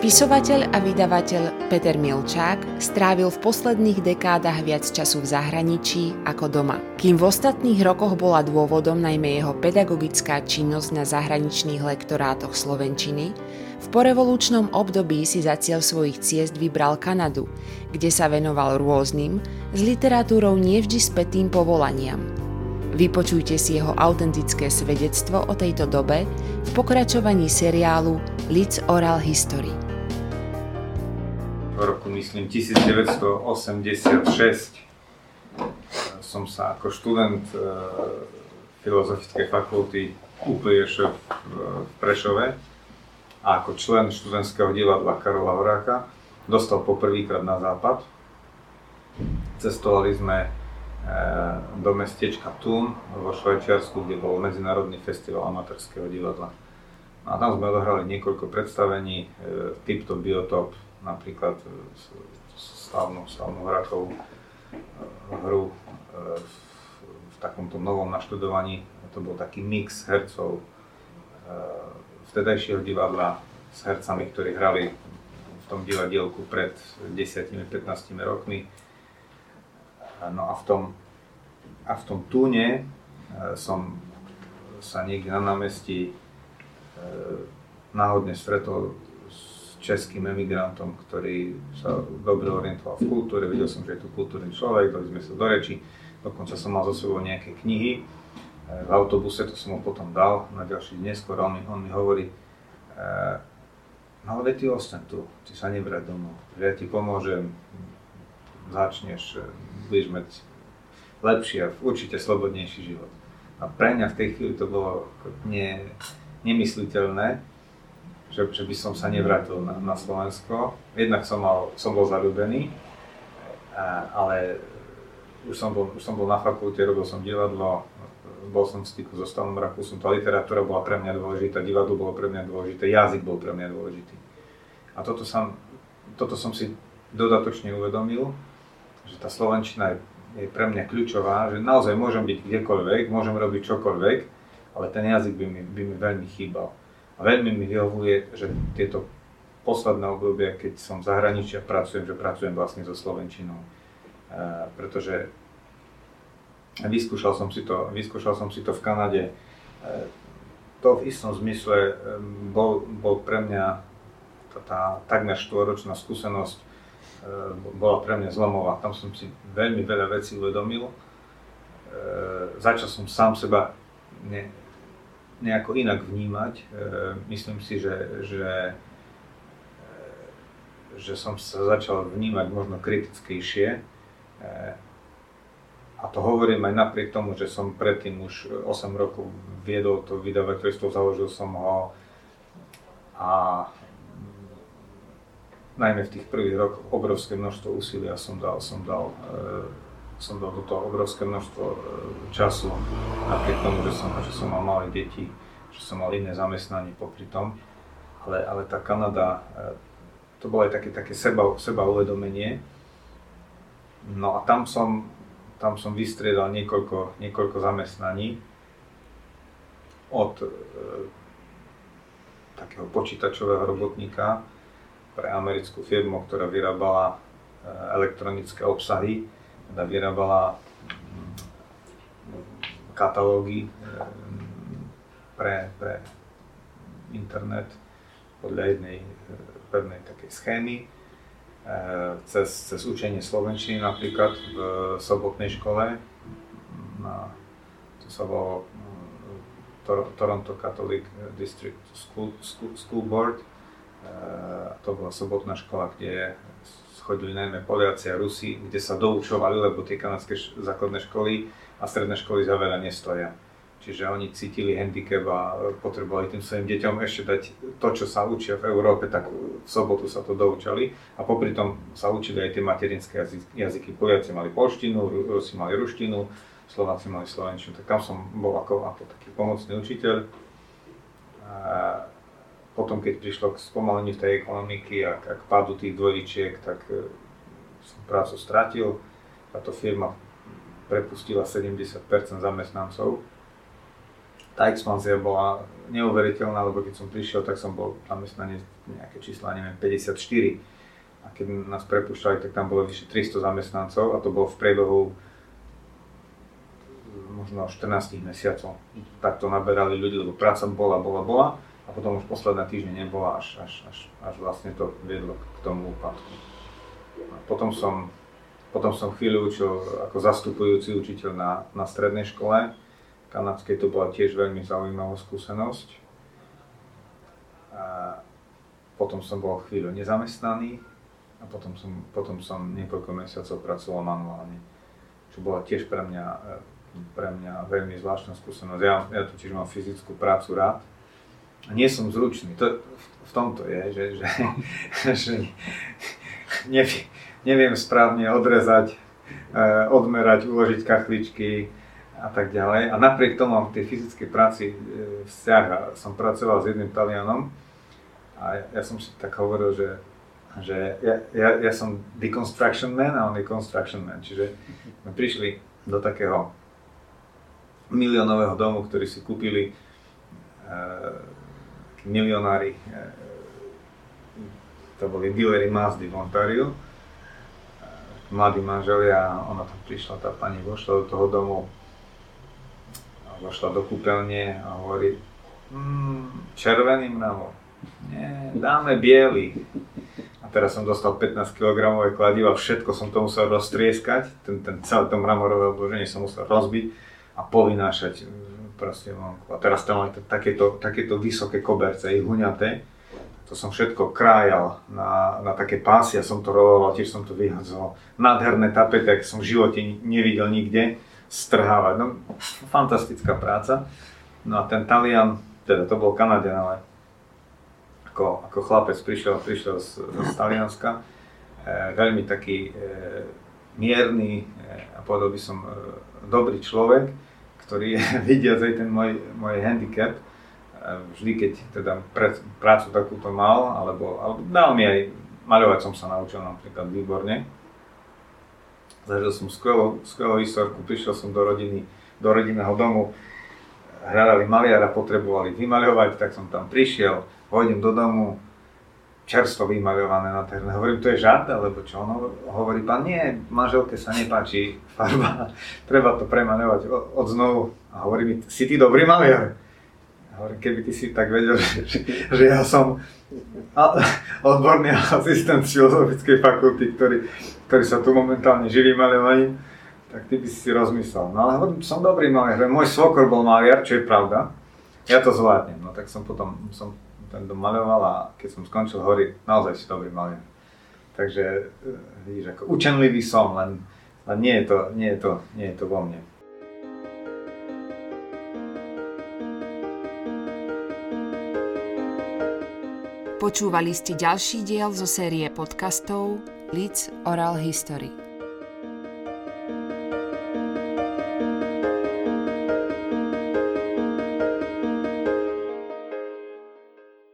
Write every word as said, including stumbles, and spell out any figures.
Spisovateľ a vydavateľ Peter Milčák strávil v posledných dekádach viac času v zahraničí ako doma. Kým v ostatných rokoch bola dôvodom najmä jeho pedagogická činnosť na zahraničných lektorátoch slovenčiny, v porevolučnom období si za cieľ svojich ciest vybral Kanadu, kde sa venoval rôznym, s literatúrou nevždy spätým povolaniam. Vypočujte si jeho autentické svedectvo o tejto dobe v pokračovaní seriálu Litz Oral History. V roku, myslím, devätnásťstoosemdesiatšesť som sa ako študent e, Filozofickej fakulty ú pé jé š v Prešove a ako člen študentského divadla Karola Horáka dostal poprvýkrát na západ. Cestovali sme do mestečka Thun vo Švajčiarsku, kde bol medzinárodný festival amatérskeho divadla. A tam sme odohrali niekoľko predstavení, Tip Top Biotop, napríklad slavnú, slavnú Horákovú hru v takomto novom naštudovaní. To bol taký mix hercov vtedajšieho divadla s hercami, ktorí hrali v tom divadielku pred desať až pätnásť rokmi. No a v tom, a v tom Túne som sa niekde na námestí náhodne stretol s českým emigrantom, ktorý sa dobre orientoval v kultúre. Videl som, že je to kultúrny človek, dali sme sa do reči. Dokonca som mal so sebou nejaké knihy. V autobuse to som mu potom dal na ďalší deň neskôr. On mi, on mi hovorí, no ale ty ostaň tu, ty sa nevrať domov, že ja ti pomôžem, začneš, budeš mať lepší a určite slobodnejší život. A pre mňa v tej chvíli to bolo ne, nemysliteľné, že, že by som sa nevrátil na, na Slovensko. Jednak som, mal, som bol zaľúbený, ale už som, bol, už som bol na fakulte, robil som divadlo, bol som v styku so Stanom Rakusom, tá literatúra bola pre mňa dôležitá, divadlo bolo pre mňa dôležité, jazyk bol pre mňa dôležitý. A toto, som, toto som si dodatočne uvedomil, že tá slovenčina je, je pre mňa kľúčová, že naozaj môžem byť kdekoľvek, môžem robiť čokoľvek, ale ten jazyk by mi, by mi veľmi chýbal. A veľmi mi vyhovuje, že tieto posledné obdobie, keď som v zahraničí a pracujem, že pracujem vlastne so slovenčinou. E, pretože vyskúšal som si to, vyskúšal som si to v Kanade. E, to v istom zmysle bol, bol pre mňa tá, tá takmer štvoročná skúsenosť bola pre mňa zlomová. Tam som si veľmi veľa vecí uvedomil. E, začal som sám seba ne, nejako inak vnímať. E, myslím si, že, že, e, že som sa začal vnímať možno kritickejšie. E, a to hovorím aj napriek tomu, že som predtým už osem rokov viedol to vydavateľstvo, založil som ho a najmä v tých prvých rokoch obrovské množstvo úsilia som dal, som dal, e, som dal do toho obrovské množstvo e, času, napriek tomu, že som, že som mal malé deti, že som mal iné zamestnanie popri tom, ale, ale tá Kanada, e, to bolo aj také, také seba, seba uvedomenie. No a tam som, tam som vystriedal niekoľko, niekoľko zamestnaní od e, takého počítačového robotníka pre americkú firmu, ktorá vyrábala elektronické obsahy, teda vyrábala katalógy pre, pre internet podľa jednej pevnej takej schémy. Cez, cez učenie slovenčiny napríklad v sobotnej škole, na, to sa volalo Toronto Catholic District School, School, School Board. Uh, to bola sobotná škola, kde chodili najmä Poliaci a Rusi, kde sa doučovali, lebo tie kanadské š- základné školy a stredné školy za veľa nestoja. Čiže oni cítili handicap a potrebovali tým svojim deťom ešte dať to, čo sa učia v Európe, tak v sobotu sa to doučali a popri tom sa učili aj tie materinské jazyky. jazyky. Poliaci mali poľštinu, Rusi mali ruštinu, Slováci mali slovenčinu, tak tam som bol ako, ako taký pomocný učiteľ. Uh, Potom, keď prišlo k spomaleniu tej ekonomiky a k pádu tých dvojičiek, tak som prácu stratil. Táto firma prepustila sedemdesiat percent zamestnancov. tá expanzia bola neuveriteľná, lebo keď som prišiel, tak som bol zamestnaný nejaké čísla, neviem, päťdesiatštyri. A keď nás prepúšťali, tak tam bolo vyše tristo zamestnancov a to bolo v priebehu možno štrnásť mesiacov. Takto naberali ľudí, lebo práca bola, bola, bola a potom už posledné týždne nebola, až, až, až, až vlastne to viedlo k tomu úpadku. A potom som, potom som chvíľu učil ako zastupujúci učiteľ na, na strednej škole kanadskej, to bola tiež veľmi zaujímavá skúsenosť. A potom som bol chvíľu nezamestnaný a potom som, potom som niekoľko mesiacov pracoval manuálne, čo bola tiež pre mňa pre mňa veľmi zvláštna skúsenosť. Ja, ja totiž mám fyzickú prácu rád a nie som zručný. To, v tomto je, že, že, že neviem, neviem správne odrezať, odmerať, uložiť kachličky a tak ďalej. A napriek tomu mám v tej fyzickej práci vzťah a som pracoval s jedným Talianom a ja, ja som si tak hovoril, že, že ja, ja, ja som deconstruction man a on je construction man. Čiže sme prišli do takého miliónového domu, ktorý si kúpili e, milionári, e, to boli dealery Mazdy v Ontariu, e, mladí manželia, ona tam prišla, tá pani vošla do toho domu, vošla do kúpeľne a hovorí, mm, červený mramor, nie, dáme biely. A teraz som dostal pätnásť kilogramové kladiva, všetko som to musel roztrieskať, ten, ten celé to mramorové obloženie som musel rozbiť a povynášať proste vonku. A teraz tam mali takéto, takéto vysoké koberce, ich huňaté. To som všetko krájal na, na také pásy a som to roloval, tiež som to vyhadzoval. Nádherné tapety, aké som v živote nevidel nikde, strhávať. No, fantastická práca. No a ten Talian, teda to bol Kanaďan, ale ako, ako chlapec prišiel, prišiel z, z Talianska. E, veľmi taký e, mierny e, a povedal by som e, dobrý človek, ktorý vidia aj ten môj, môj handicap, vždy keď teda pre, prácu takúto mal, alebo, alebo dal mi aj, maľovať som sa naučil napríklad výborne. Zažil som skvelú, skvelú historku, prišiel som do rodiny, do rodinného domu, hľadali maliara, potrebovali vymaľovať, tak som tam prišiel, vojdem do domu, čerstvo vymaľované na terne. Hovorím, to je žart, alebo čo? On hovorí, pán, nie, manželke sa nepáči farba, treba to premaľovať od znovu. A hovorí mi, si ty dobrý maliar? Hovorím, keby ty si tak vedel, že, že ja som odborný asistent filozofickej fakulty, ktorý, ktorý sa tu momentálne živí maľovaním, tak ty by si si rozmyslel. No ale hovorím, som dobrý maliar, môj svokor bol maliar, čo je pravda, ja to zvládnem. No tak som potom som ten dom maľoval a keď som skončil, hovorí, naozaj si dobrý maliar. Takže vidíš, ako učenlivý som, len, len nie, je to, nie, je to, nie je to vo mne. Počúvali ste ďalší diel zo série podcastov Leeds Oral History.